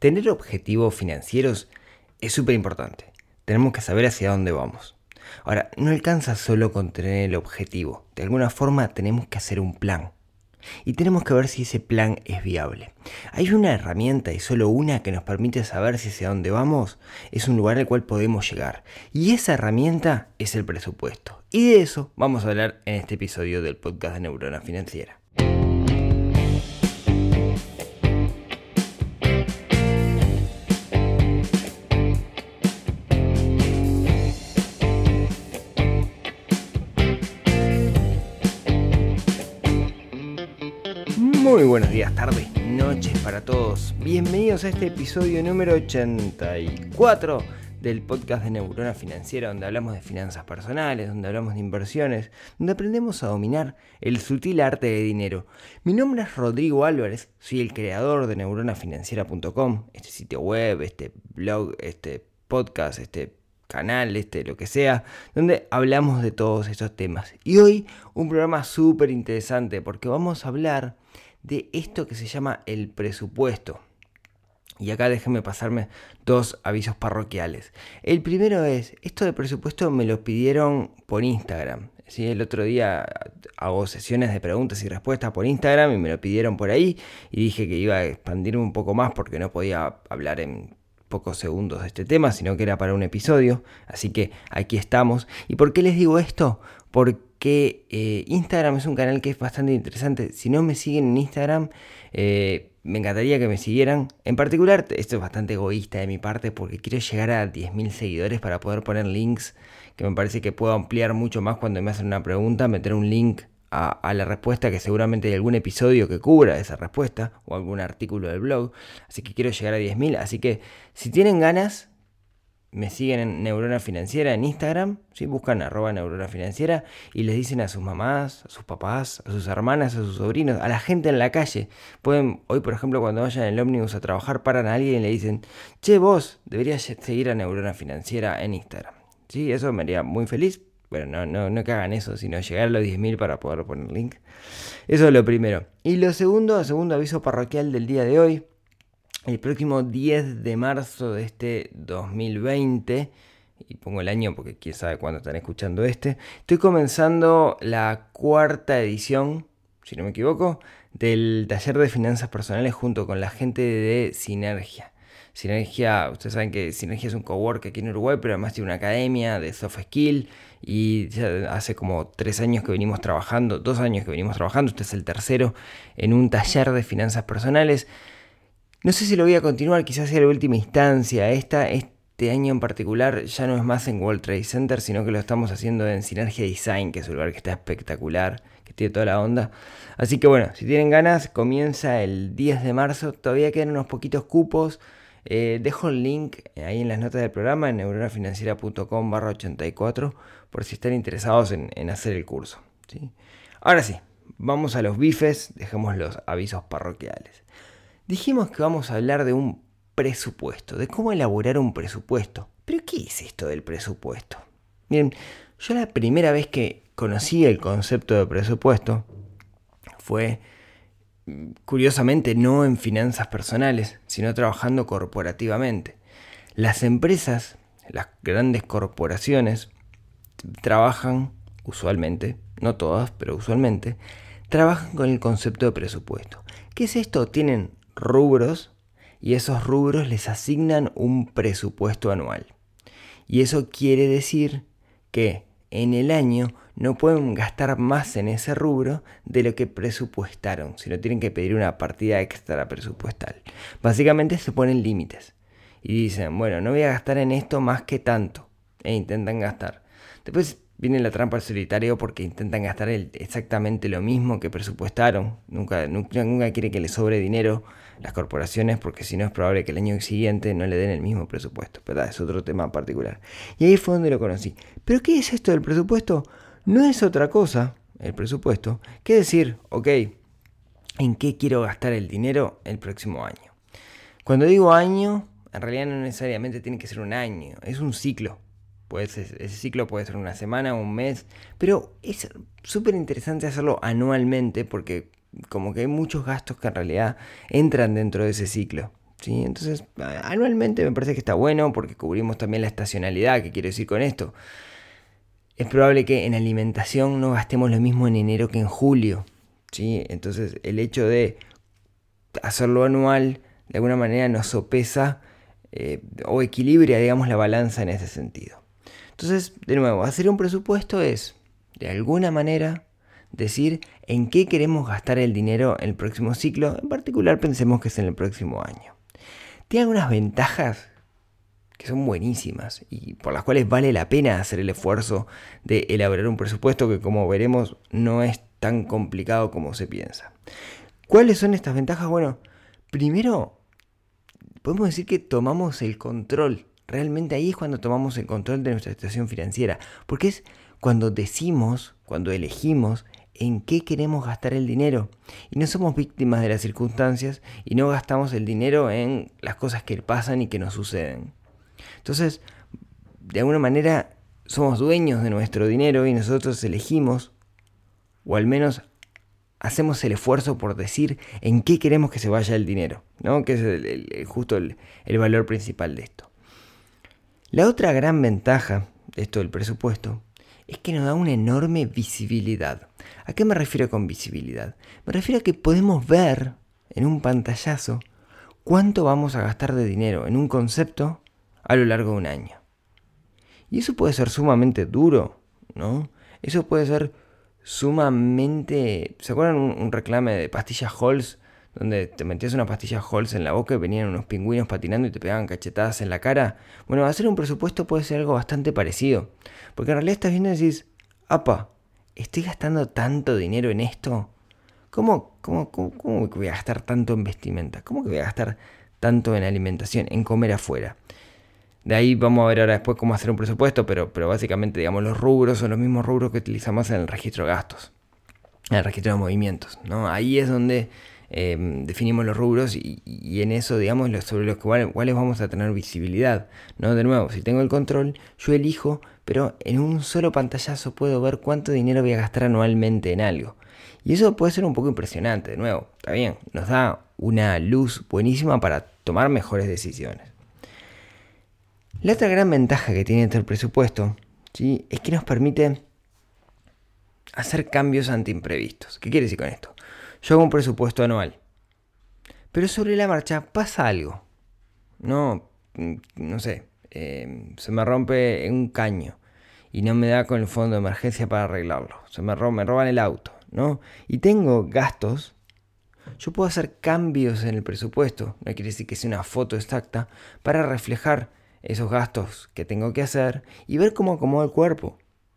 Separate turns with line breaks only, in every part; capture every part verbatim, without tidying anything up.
Tener objetivos financieros es súper importante. Tenemos que saber hacia dónde vamos. Ahora, no alcanza solo con tener el objetivo. De alguna forma tenemos que hacer un plan. Y tenemos que ver si ese plan es viable. Hay una herramienta y solo una que nos permite saber si hacia dónde vamos es un lugar al cual podemos llegar. Y esa herramienta es el presupuesto. Y de eso vamos a hablar en este episodio del podcast de Neurona Financiera. Muy buenos días, tardes, noches para todos. Bienvenidos a este episodio número ochenta y cuatro del podcast de Neurona Financiera, donde hablamos de finanzas personales, donde hablamos de inversiones, donde aprendemos a dominar el sutil arte de dinero. Mi nombre es Rodrigo Álvarez, soy el creador de neurona financiera punto com, este sitio web, este blog, este podcast, este canal, este lo que sea, donde hablamos de todos estos temas. Y hoy un programa súper interesante porque vamos a hablar de esto que se llama el presupuesto. Y acá déjenme pasarme dos avisos parroquiales. El primero es, esto de presupuesto me lo pidieron por Instagram. ¿Sí? El otro día hago sesiones de preguntas y respuestas por Instagram y me lo pidieron por ahí. Y dije que iba a expandirme un poco más porque no podía hablar en pocos segundos de este tema, sino que era para un episodio. Así que aquí estamos. ¿Y por qué les digo esto? Porque eh, Instagram es un canal que es bastante interesante. Si no me siguen en Instagram, eh, me encantaría que me siguieran. En particular, esto es bastante egoísta de mi parte porque quiero llegar a diez mil seguidores para poder poner links, que me parece que puedo ampliar mucho más cuando me hacen una pregunta, meter un link a, a la respuesta, que seguramente hay algún episodio que cubra esa respuesta o algún artículo del blog. Así que quiero llegar a diez mil. Así que si tienen ganas, me siguen en Neurona Financiera en Instagram, ¿sí? Buscan arroba Neurona Financiera y les dicen a sus mamás, a sus papás, a sus hermanas, a sus sobrinos, a la gente en la calle. Pueden, hoy por ejemplo, cuando vayan en el ómnibus a trabajar, paran a alguien y le dicen: che, vos deberías seguir a Neurona Financiera en Instagram. ¿Sí? Eso me haría muy feliz. Bueno, no, no, no que hagan eso, sino llegar a los diez mil para poder poner link. Eso es lo primero. Y lo segundo, segundo aviso parroquial del día de hoy. El próximo diez de marzo de este dos mil veinte, y pongo el año porque quién sabe cuándo están escuchando este, estoy comenzando la cuarta edición, si no me equivoco, del taller de finanzas personales junto con la gente de Sinergia. Sinergia, ustedes saben que Sinergia es un cowork aquí en Uruguay, pero además tiene una academia de soft skill y ya hace como tres años que venimos trabajando, dos años que venimos trabajando, este es el tercero, en un taller de finanzas personales. No sé si lo voy a continuar, quizás sea la última instancia. Esta, este año en particular ya no es más en World Trade Center, sino que lo estamos haciendo en Sinergia Design, que es un lugar que está espectacular, que tiene toda la onda. Así que bueno, si tienen ganas, comienza el diez de marzo. Todavía quedan unos poquitos cupos. Eh, dejo el link ahí en las notas del programa en neurona financiera punto com barra ochenta y cuatro por si están interesados en, en hacer el curso, ¿sí? Ahora sí, vamos a los bifes, dejemos los avisos parroquiales. Dijimos que vamos a hablar de un presupuesto, de cómo elaborar un presupuesto. ¿Pero qué es esto del presupuesto? Miren, yo la primera vez que conocí el concepto de presupuesto fue, curiosamente, no en finanzas personales, sino trabajando corporativamente. Las empresas, las grandes corporaciones, trabajan usualmente, no todas, pero usualmente, trabajan con el concepto de presupuesto. ¿Qué es esto? Tienen rubros y esos rubros les asignan un presupuesto anual. Y eso quiere decir que en el año no pueden gastar más en ese rubro de lo que presupuestaron, sino tienen que pedir una partida extra presupuestal. Básicamente se ponen límites y dicen, bueno, no voy a gastar en esto más que tanto, e intentan gastar. Después viene la trampa al solitario porque intentan gastar el, exactamente lo mismo que presupuestaron. Nunca, nunca, nunca quiere que les sobre dinero las corporaciones porque si no es probable que el año siguiente no le den el mismo presupuesto. ¿Verdad? Es otro tema particular. Y ahí fue donde lo conocí. ¿Pero qué es esto del presupuesto? No es otra cosa, el presupuesto, que decir, ok, ¿en qué quiero gastar el dinero el próximo año? Cuando digo año, en realidad no necesariamente tiene que ser un año, es un ciclo. Pues ese ciclo puede ser una semana o un mes, pero es súper interesante hacerlo anualmente porque como que hay muchos gastos que en realidad entran dentro de ese ciclo. ¿sí? Entonces, anualmente me parece que está bueno porque cubrimos también la estacionalidad. ¿Qué quiero decir con esto? Es probable que en alimentación no gastemos lo mismo en enero que en julio, ¿sí? Entonces, el hecho de hacerlo anual, de alguna manera nos sopesa eh, o equilibra, digamos, la balanza en ese sentido. Entonces, de nuevo, hacer un presupuesto es, de alguna manera, decir en qué queremos gastar el dinero en el próximo ciclo. En particular, pensemos que es en el próximo año. Tiene algunas ventajas que son buenísimas y por las cuales vale la pena hacer el esfuerzo de elaborar un presupuesto que, como veremos, no es tan complicado como se piensa. ¿Cuáles son estas ventajas? Bueno, primero, podemos decir que tomamos el control. Realmente ahí es cuando tomamos el control de nuestra situación financiera, porque es cuando decimos, cuando elegimos en qué queremos gastar el dinero y no somos víctimas de las circunstancias y no gastamos el dinero en las cosas que pasan y que nos suceden. Entonces, de alguna manera somos dueños de nuestro dinero y nosotros elegimos, o al menos hacemos el esfuerzo por decir en qué queremos que se vaya el dinero, ¿no? Que es el, el, justo el, el valor principal de esto. La otra gran ventaja de esto del presupuesto es que nos da una enorme visibilidad. ¿A qué me refiero con visibilidad? Me refiero a que podemos ver en un pantallazo cuánto vamos a gastar de dinero en un concepto a lo largo de un año. Y eso puede ser sumamente duro, ¿no? Eso puede ser sumamente... ¿Se acuerdan un, un reclame de pastillas Halls? Donde te metías una pastilla Halls en la boca y venían unos pingüinos patinando y te pegaban cachetadas en la cara. Bueno, hacer un presupuesto puede ser algo bastante parecido. Porque en realidad estás viendo y decís, apa, ¿estoy gastando tanto dinero en esto? ¿Cómo, cómo, cómo, cómo que voy a gastar tanto en vestimenta? ¿Cómo que voy a gastar tanto en alimentación, en comer afuera? De ahí vamos a ver ahora después cómo hacer un presupuesto, pero, pero básicamente, digamos, los rubros son los mismos rubros que utilizamos en el registro de gastos, en el registro de movimientos, ¿no? Ahí es donde eh, definimos los rubros y, y en eso, digamos, sobre los cuales vamos a tener visibilidad, ¿no? De nuevo, si tengo el control, yo elijo, pero en un solo pantallazo puedo ver cuánto dinero voy a gastar anualmente en algo. Y eso puede ser un poco impresionante, de nuevo, está bien, nos da una luz buenísima para tomar mejores decisiones. La otra gran ventaja que tiene este presupuesto, ¿sí?, es que nos permite hacer cambios ante imprevistos. ¿Qué quiere decir con esto? Yo hago un presupuesto anual, pero sobre la marcha pasa algo. No, no sé, eh, se me rompe un caño y no me da con el fondo de emergencia para arreglarlo. Se me, ro- me roban el auto, ¿no? Y tengo gastos. Yo puedo hacer cambios en el presupuesto, no quiere decir que sea una foto exacta, para reflejar esos gastos que tengo que hacer y ver cómo acomodo el cuerpo.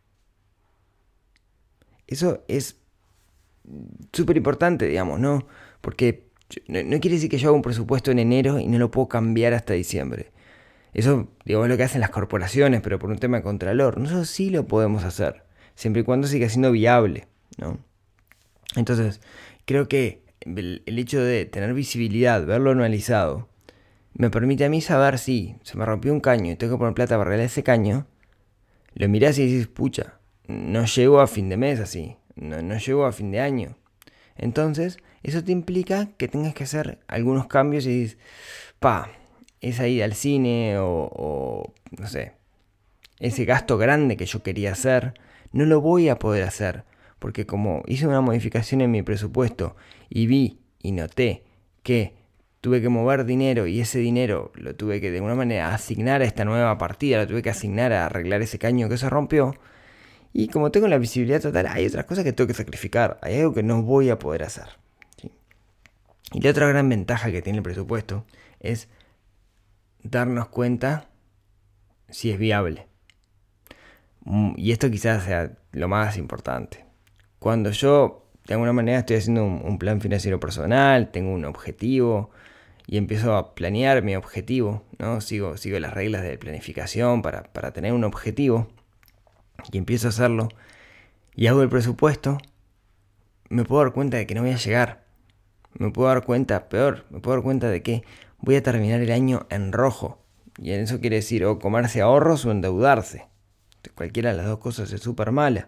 Eso es súper importante, digamos, ¿no? Porque no, no quiere decir que yo haga un presupuesto en enero y no lo puedo cambiar hasta diciembre. Eso, digamos, es lo que hacen las corporaciones, pero por un tema de contralor. Nosotros sí lo podemos hacer, siempre y cuando siga siendo viable, ¿no? Entonces, creo que el, el hecho de tener visibilidad, verlo anualizado, me permite a mí saber si se me rompió un caño y tengo que poner plata para arreglar ese caño. Lo mirás y dices, pucha, no llego a fin de mes así, no, no llego a fin de año. Entonces, eso te implica que tengas que hacer algunos cambios y dices, pa, esa ida al cine o, o, no sé, ese gasto grande que yo quería hacer, no lo voy a poder hacer. Porque como hice una modificación en mi presupuesto y vi y noté que tuve que mover dinero y ese dinero lo tuve que de alguna manera asignar a esta nueva partida, lo tuve que asignar a arreglar ese caño que se rompió. Y como tengo la visibilidad total, hay otras cosas que tengo que sacrificar, hay algo que no voy a poder hacer, ¿sí? Y la otra gran ventaja que tiene el presupuesto es darnos cuenta si es viable. Y esto quizás sea lo más importante. Cuando yo de alguna manera estoy haciendo un, un plan financiero personal, tengo un objetivo y empiezo a planear mi objetivo, ¿no? Sigo, sigo las reglas de planificación para, para tener un objetivo y empiezo a hacerlo y hago el presupuesto, me puedo dar cuenta de que no voy a llegar. Me puedo dar cuenta, peor, me puedo dar cuenta de que voy a terminar el año en rojo. Y eso quiere decir o comerse ahorros o endeudarse. Cualquiera de las dos cosas es súper mala.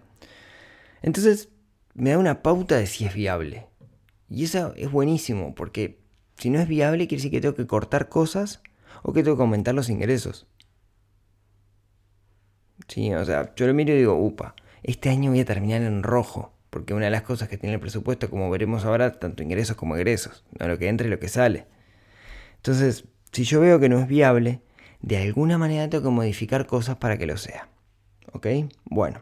Entonces me da una pauta de si es viable. Y eso es buenísimo porque Si no es viable, quiere decir que tengo que cortar cosas o que tengo que aumentar los ingresos. Sí, o sea, yo lo miro y digo, upa, este año voy a terminar en rojo, porque una de las cosas que tiene el presupuesto, como veremos ahora, tanto ingresos como egresos, no lo que entra y lo que sale. Entonces, si yo veo que no es viable, de alguna manera tengo que modificar cosas para que lo sea. ¿Ok? Bueno.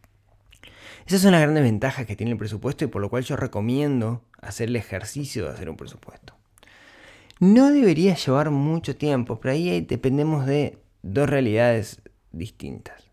Esas son las grandes ventajas que tiene el presupuesto y por lo cual yo recomiendo hacer el ejercicio de hacer un presupuesto. No debería llevar mucho tiempo, pero ahí dependemos de dos realidades distintas.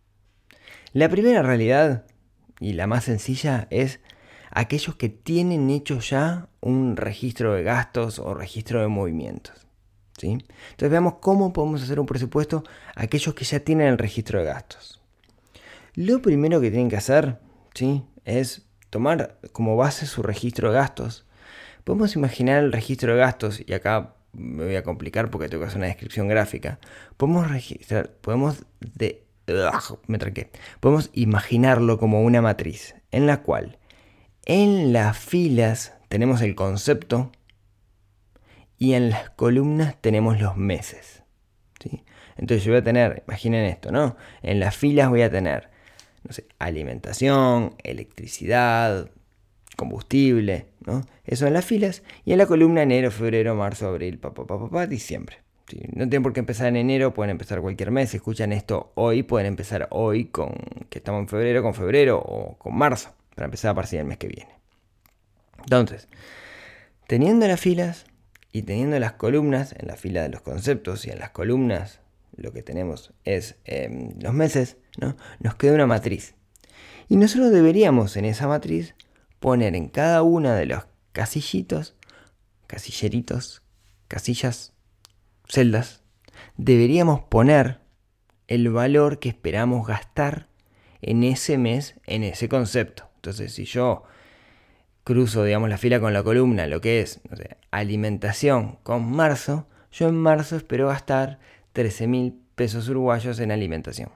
La primera realidad, y la más sencilla, es aquellos que tienen hecho ya un registro de gastos o registro de movimientos. ¿Sí? Entonces veamos cómo podemos hacer un presupuesto a aquellos que ya tienen el registro de gastos. Lo primero que tienen que hacer, ¿sí?, es tomar como base su registro de gastos. Podemos imaginar el registro de gastos, y acá me voy a complicar porque tengo que hacer una descripción gráfica. Podemos registrar, podemos de, ugh, me tranqué. Podemos imaginarlo como una matriz en la cual en las filas tenemos el concepto y en las columnas tenemos los meses. ¿Sí? Entonces yo voy a tener, imaginen esto, ¿no? En las filas voy a tener, no sé, alimentación, electricidad, combustible, ¿no? Eso en las filas. Y en la columna enero, febrero, marzo, abril, papá, papá, papá, diciembre. ¿Sí? No tienen por qué empezar en enero, pueden empezar cualquier mes. Si escuchan esto hoy, pueden empezar hoy con que estamos en febrero, con febrero o con marzo, para empezar a partir del mes que viene. Entonces, teniendo las filas y teniendo las columnas, en la fila de los conceptos y en las columnas lo que tenemos es eh, los meses, ¿no? Nos queda una matriz. Y nosotros deberíamos en esa matriz poner en cada una de los casillitos, casilleritos, casillas, celdas, deberíamos poner el valor que esperamos gastar en ese mes, en ese concepto. Entonces, si yo cruzo, digamos, la fila con la columna, lo que es, no sé, alimentación con marzo, yo en marzo espero gastar trece mil pesos uruguayos en alimentación.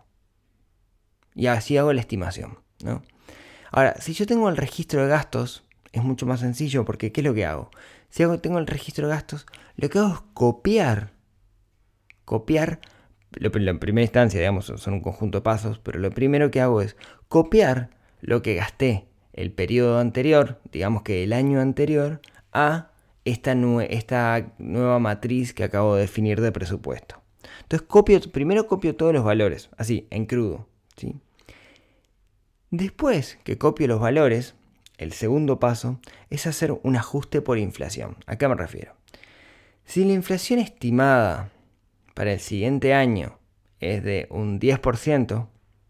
Y así hago la estimación, ¿no? Ahora, si yo tengo el registro de gastos, es mucho más sencillo porque ¿qué es lo que hago? Si hago, tengo el registro de gastos, lo que hago es copiar, copiar, lo, lo, en primera instancia, digamos, son un conjunto de pasos, pero lo primero que hago es copiar lo que gasté el periodo anterior, digamos que el año anterior, a esta, nue- esta nueva matriz que acabo de definir de presupuesto. Entonces, copio, primero copio todos los valores, así, en crudo, ¿sí? Después que copio los valores, el segundo paso es hacer un ajuste por inflación. ¿A qué me refiero? Si la inflación estimada para el siguiente año es de un diez por ciento,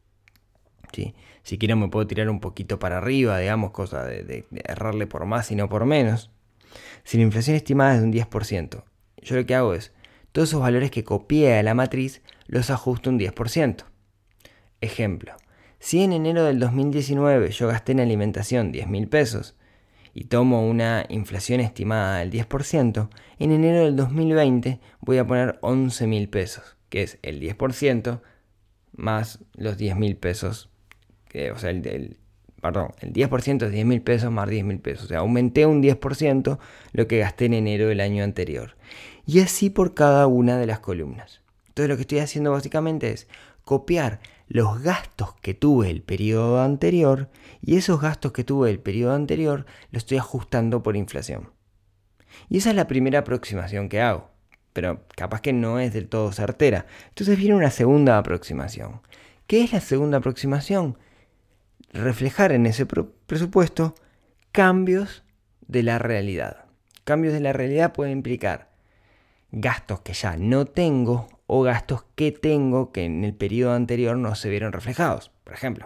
¿sí? Si quiero me puedo tirar un poquito para arriba, digamos, cosa de, de, de errarle por más y no por menos. Si la inflación estimada es de un diez por ciento, yo lo que hago es, todos esos valores que copié a la matriz, los ajusto un diez por ciento. Ejemplo. Si en enero del dos mil diecinueve yo gasté en alimentación diez mil pesos y tomo una inflación estimada del diez por ciento, en enero del dos mil veinte voy a poner once mil pesos, que es el diez por ciento más los diez mil pesos, que, o sea, el, el, perdón, el diez por ciento es diez mil pesos más diez mil pesos, o sea, aumenté un diez por ciento lo que gasté en enero del año anterior. Y así por cada una de las columnas. Entonces lo que estoy haciendo básicamente es copiar los gastos que tuve el periodo anterior y esos gastos que tuve el periodo anterior los estoy ajustando por inflación. Y esa es la primera aproximación que hago, pero capaz que no es del todo certera. Entonces viene una segunda aproximación. ¿Qué es la segunda aproximación? Reflejar en ese presupuesto cambios de la realidad. Cambios de la realidad pueden implicar gastos que ya no tengo o gastos que tengo que en el periodo anterior no se vieron reflejados. Por ejemplo,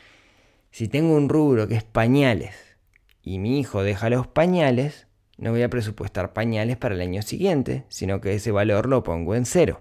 si tengo un rubro que es pañales y mi hijo deja los pañales, no voy a presupuestar pañales para el año siguiente, sino que ese valor lo pongo en cero.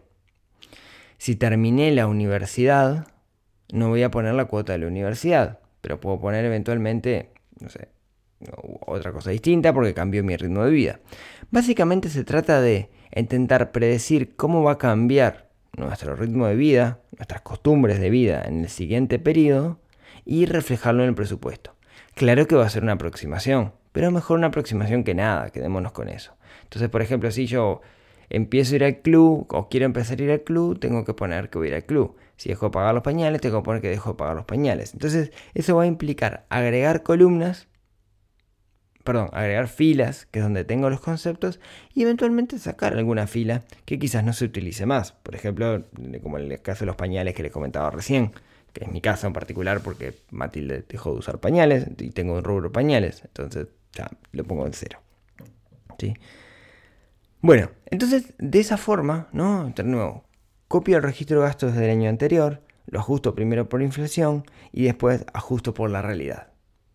Si terminé la universidad, no voy a poner la cuota de la universidad, pero puedo poner eventualmente, no sé, otra cosa distinta porque cambió mi ritmo de vida. Básicamente se trata de intentar predecir cómo va a cambiar nuestro ritmo de vida, nuestras costumbres de vida en el siguiente periodo y reflejarlo en el presupuesto. Claro que va a ser una aproximación, pero mejor una aproximación que nada, quedémonos con eso. Entonces, por ejemplo, si yo empiezo a ir al club o quiero empezar a ir al club, tengo que poner que voy a ir al club. Si dejo de pagar los pañales, tengo que poner que dejo de pagar los pañales. Entonces, eso va a implicar agregar columnas, perdón, agregar filas, que es donde tengo los conceptos, y eventualmente sacar alguna fila que quizás no se utilice más. Por ejemplo, como en el caso de los pañales que les comentaba recién, que es mi caso en particular porque Matilde dejó de usar pañales y tengo un rubro pañales, entonces ya lo pongo en cero. ¿Sí? Bueno, entonces de esa forma, ¿no? De nuevo, copio el registro de gastos del año anterior, lo ajusto primero por inflación y después ajusto por la realidad.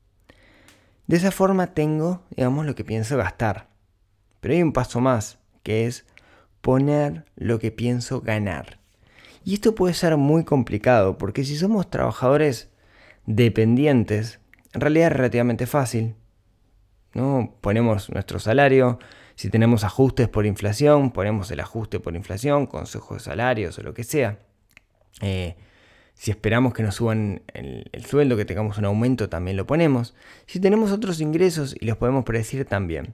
De esa forma tengo, digamos, lo que pienso gastar. Pero hay un paso más, que es poner lo que pienso ganar. Y esto puede ser muy complicado, porque si somos trabajadores dependientes, en realidad es relativamente fácil, ¿no? Ponemos nuestro salario, si tenemos ajustes por inflación, ponemos el ajuste por inflación, consejo de salarios o lo que sea. Eh, Si esperamos que nos suban el, el sueldo, que tengamos un aumento, también lo ponemos. Si tenemos otros ingresos y los podemos predecir también.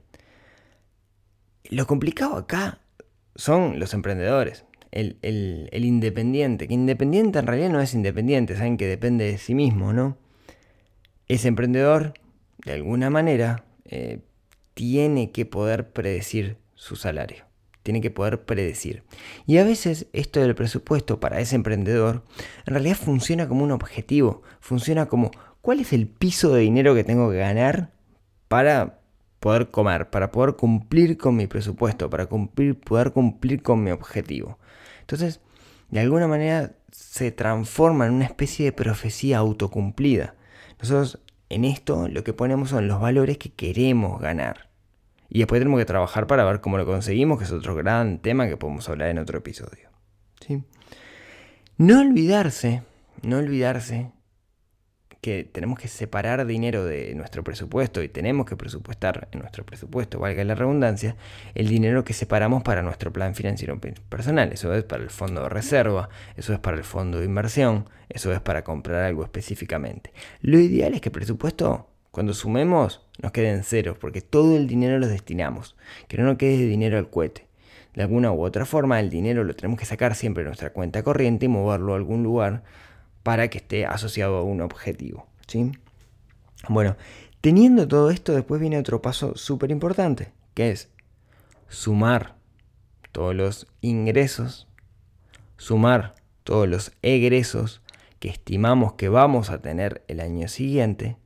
Lo complicado acá son los emprendedores, el, el, el independiente. Que independiente en realidad no es independiente, saben que depende de sí mismo, ¿no? Ese emprendedor, de alguna manera, eh, tiene que poder predecir su salario. Tiene que poder predecir. Y a veces esto del presupuesto para ese emprendedor en realidad funciona como un objetivo. Funciona como ¿cuál es el piso de dinero que tengo que ganar para poder comer? Para poder cumplir con mi presupuesto, para cumplir, poder cumplir con mi objetivo. Entonces, de alguna manera se transforma en una especie de profecía autocumplida. Nosotros en esto lo que ponemos son los valores que queremos ganar. Y después tenemos que trabajar para ver cómo lo conseguimos, que es otro gran tema que podemos hablar en otro episodio. ¿Sí? No olvidarse, no olvidarse que tenemos que separar dinero de nuestro presupuesto y tenemos que presupuestar en nuestro presupuesto, valga la redundancia, el dinero que separamos para nuestro plan financiero personal. Eso es para el fondo de reserva, eso es para el fondo de inversión, eso es para comprar algo específicamente. Lo ideal es que el presupuesto, cuando sumemos, nos queden ceros, porque todo el dinero lo destinamos, que no nos quede dinero al cohete. De alguna u otra forma, el dinero lo tenemos que sacar siempre de nuestra cuenta corriente y moverlo a algún lugar para que esté asociado a un objetivo, ¿sí? Bueno, teniendo todo esto, después viene otro paso súper importante, que es sumar todos los ingresos, sumar todos los egresos que estimamos que vamos a tener el año siguiente,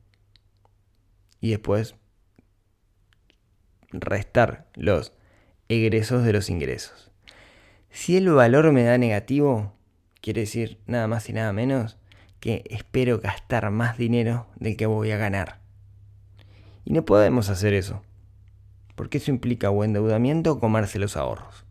y después restar los egresos de los ingresos. Si el valor me da negativo, quiere decir nada más y nada menos que espero gastar más dinero del que voy a ganar. Y no podemos hacer eso, porque eso implica o endeudamiento o comerse los ahorros.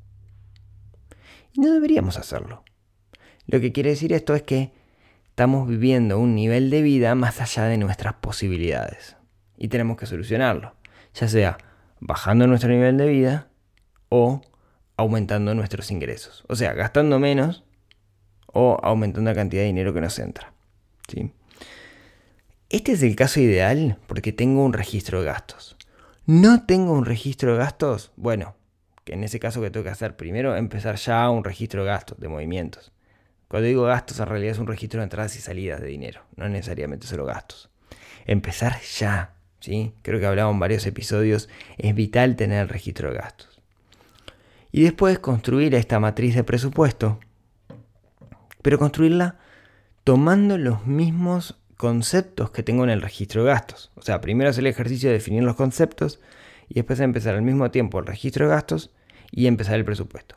Y no deberíamos hacerlo. Lo que quiere decir esto es que estamos viviendo un nivel de vida más allá de nuestras posibilidades. Y tenemos que solucionarlo, ya sea bajando nuestro nivel de vida o aumentando nuestros ingresos. O sea, gastando menos o aumentando la cantidad de dinero que nos entra. ¿Sí? Este es el caso ideal porque tengo un registro de gastos. ¿No tengo un registro de gastos? Bueno, que en ese caso que tengo que hacer primero, empezar ya un registro de gastos, de movimientos. Cuando digo gastos, en realidad es un registro de entradas y salidas de dinero, no necesariamente solo gastos. Empezar ya. ¿Sí? Creo que hablaba en varios episodios, es vital tener el registro de gastos. Y después construir esta matriz de presupuesto, pero construirla tomando los mismos conceptos que tengo en el registro de gastos. O sea, primero hacer el ejercicio de definir los conceptos y después empezar al mismo tiempo el registro de gastos y empezar el presupuesto.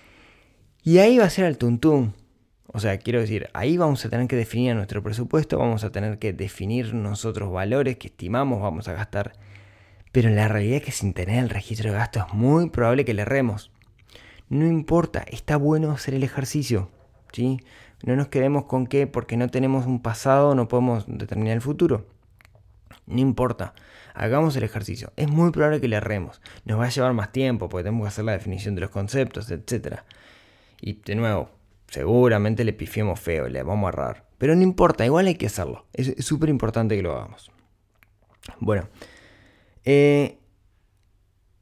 Y ahí va a ser el tuntún. O sea, quiero decir, ahí vamos a tener que definir nuestro presupuesto, vamos a tener que definir nosotros valores que estimamos vamos a gastar. Pero la realidad es que sin tener el registro de gastos es muy probable que le erremos. No importa, está bueno hacer el ejercicio, ¿sí? No nos quedemos con que porque no tenemos un pasado no podemos determinar el futuro. No importa, hagamos el ejercicio. Es muy probable que le erremos. Nos va a llevar más tiempo porque tenemos que hacer la definición de los conceptos, etcétera. Y de nuevo, seguramente le pifiemos feo, le vamos a errar. Pero no importa, igual hay que hacerlo. Es súper importante que lo hagamos. Bueno, eh,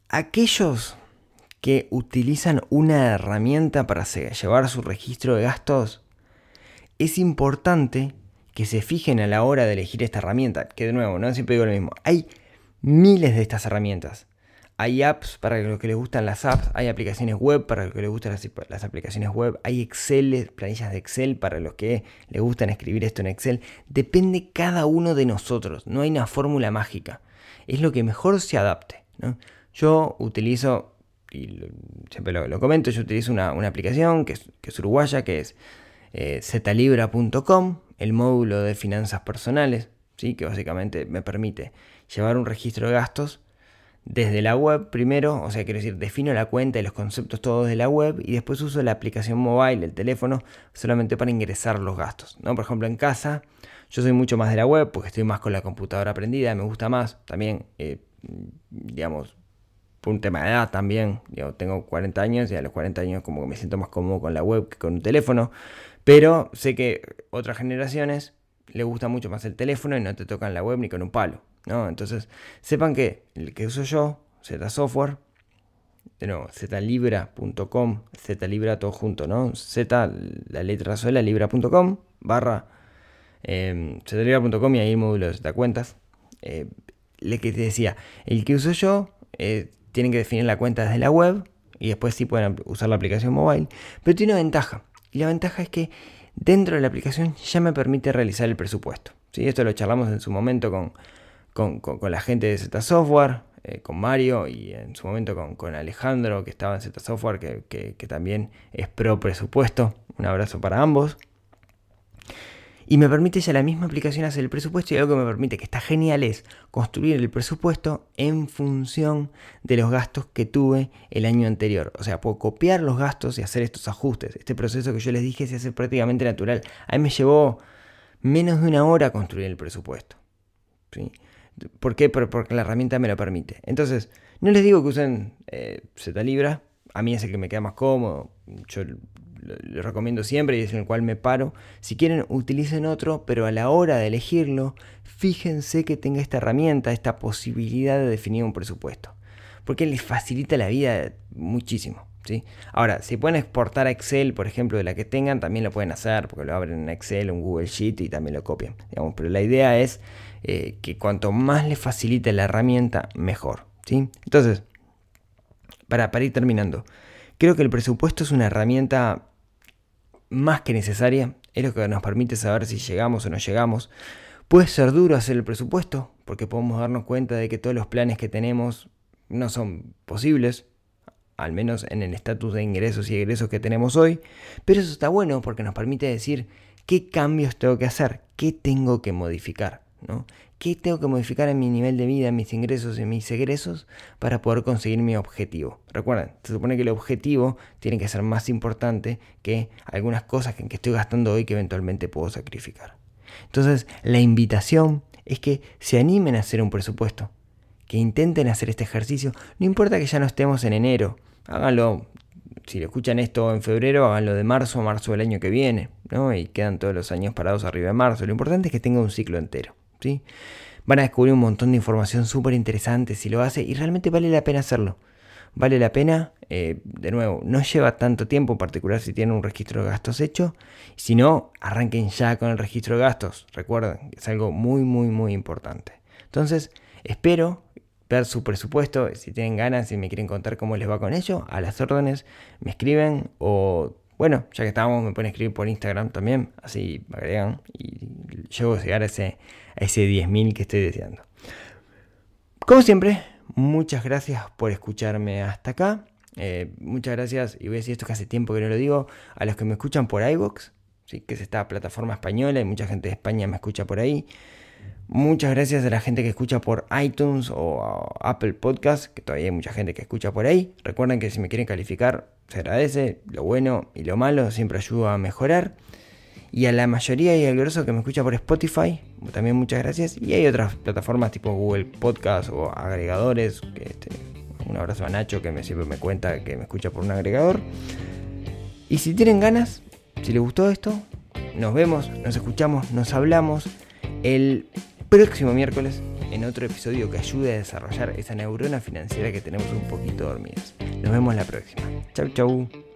aquellos que utilizan una herramienta para llevar su registro de gastos, es importante que se fijen a la hora de elegir esta herramienta, que de nuevo, no siempre digo lo mismo, hay miles de estas herramientas. Hay apps para los que les gustan las apps, hay aplicaciones web para los que les gustan las, las aplicaciones web, hay Excel, planillas de Excel para los que les gustan escribir esto en Excel. Depende cada uno de nosotros, no hay una fórmula mágica, es lo que mejor se adapte, ¿no? Yo utilizo, y lo, siempre lo, lo comento, yo utilizo una, una aplicación que es, que es uruguaya, que es eh, zetalibra punto com, el módulo de finanzas personales, ¿sí? Que básicamente me permite llevar un registro de gastos desde la web primero, o sea, quiero decir, defino la cuenta y los conceptos todos de la web y después uso la aplicación mobile, el teléfono, solamente para ingresar los gastos, ¿no? Por ejemplo, en casa, yo soy mucho más de la web porque estoy más con la computadora prendida, me gusta más, también, eh, digamos, por un tema de edad también, yo tengo cuarenta años y a los cuarenta años como que me siento más cómodo con la web que con un teléfono, pero sé que otras generaciones les gusta mucho más el teléfono y no te tocan la web ni con un palo, ¿no? Entonces, sepan que el que uso yo, Z Software, de nuevo, zetalibra punto com, zetalibra todo junto, ¿no? Z, la letra sola, libra punto com, barra eh, zetalibra punto com y ahí el módulo de Z cuentas. Eh, le que te decía, el que uso yo, eh, tienen que definir la cuenta desde la web y después sí pueden usar la aplicación mobile, pero tiene una ventaja, y la ventaja es que dentro de la aplicación ya me permite realizar el presupuesto, ¿sí? Esto lo charlamos en su momento con Con, con, con la gente de Z Software, eh, con Mario y en su momento con, con Alejandro, que estaba en Z Software, que, que, que también es pro presupuesto. Un abrazo para ambos. Y me permite ya la misma aplicación hacer el presupuesto, y algo que me permite, que está genial, es construir el presupuesto en función de los gastos que tuve el año anterior. O sea, puedo copiar los gastos y hacer estos ajustes. Este proceso que yo les dije se hace prácticamente natural. A mí me llevó menos de una hora construir el presupuesto, ¿sí? ¿Por qué? Porque la herramienta me lo permite. Entonces, no les digo que usen eh, Zetalibra. A mí es el que me queda más cómodo. Yo lo, lo recomiendo siempre y es en el cual me paro. Si quieren, utilicen otro, pero a la hora de elegirlo, fíjense que tenga esta herramienta, esta posibilidad de definir un presupuesto, porque les facilita la vida muchísimo, ¿sí? Ahora, si pueden exportar a Excel, por ejemplo, de la que tengan, también lo pueden hacer, porque lo abren en Excel o en Google Sheet y también lo copian, digamos. Pero la idea es eh, que cuanto más les facilite la herramienta, mejor, ¿sí? Entonces, para, para ir terminando, creo que el presupuesto es una herramienta más que necesaria. Es lo que nos permite saber si llegamos o no llegamos. Puede ser duro hacer el presupuesto, porque podemos darnos cuenta de que todos los planes que tenemos no son posibles, al menos en el estatus de ingresos y egresos que tenemos hoy, pero eso está bueno porque nos permite decir qué cambios tengo que hacer, qué tengo que modificar, ¿no? ¿Qué tengo que modificar en mi nivel de vida, en mis ingresos y en mis egresos para poder conseguir mi objetivo? Recuerden, se supone que el objetivo tiene que ser más importante que algunas cosas en que estoy gastando hoy que eventualmente puedo sacrificar. Entonces, la invitación es que se animen a hacer un presupuesto, que intenten hacer este ejercicio. No importa que ya no estemos en enero, háganlo. Si lo escuchan esto en febrero, háganlo de marzo a marzo del año que viene, ¿no? Y quedan todos los años parados arriba de marzo. Lo importante es que tenga un ciclo entero, ¿sí? Van a descubrir un montón de información súper interesante si lo hace, y realmente vale la pena hacerlo. Vale la pena, eh, de nuevo, no lleva tanto tiempo, en particular si tienen un registro de gastos hecho. Si no, arranquen ya con el registro de gastos. Recuerden, es algo muy, muy, muy importante. Entonces, espero ver su presupuesto. Si tienen ganas, si me quieren contar cómo les va con ello, a las órdenes, me escriben, o bueno, ya que estamos, me pueden escribir por Instagram también, así me agregan y llego a llegar a ese, a ese diez mil que estoy deseando. Como siempre, muchas gracias por escucharme hasta acá. Eh, muchas gracias, y voy a decir esto que hace tiempo que no lo digo, a los que me escuchan por iVoox, ¿sí? Que es esta plataforma española y mucha gente de España me escucha por ahí. Muchas gracias a la gente que escucha por iTunes o Apple Podcast, que todavía hay mucha gente que escucha por ahí. Recuerden que si me quieren calificar, se agradece. Lo bueno y lo malo siempre ayuda a mejorar. Y a la mayoría y al grosso que me escucha por Spotify, también muchas gracias. Y hay otras plataformas tipo Google Podcast o agregadores. Que este, un abrazo a Nacho, que me, siempre me cuenta que me escucha por un agregador. Y si tienen ganas, si les gustó esto, nos vemos, nos escuchamos, nos hablamos el próximo miércoles en otro episodio que ayude a desarrollar esa neurona financiera que tenemos un poquito dormidas. Nos vemos la próxima. Chau, chau.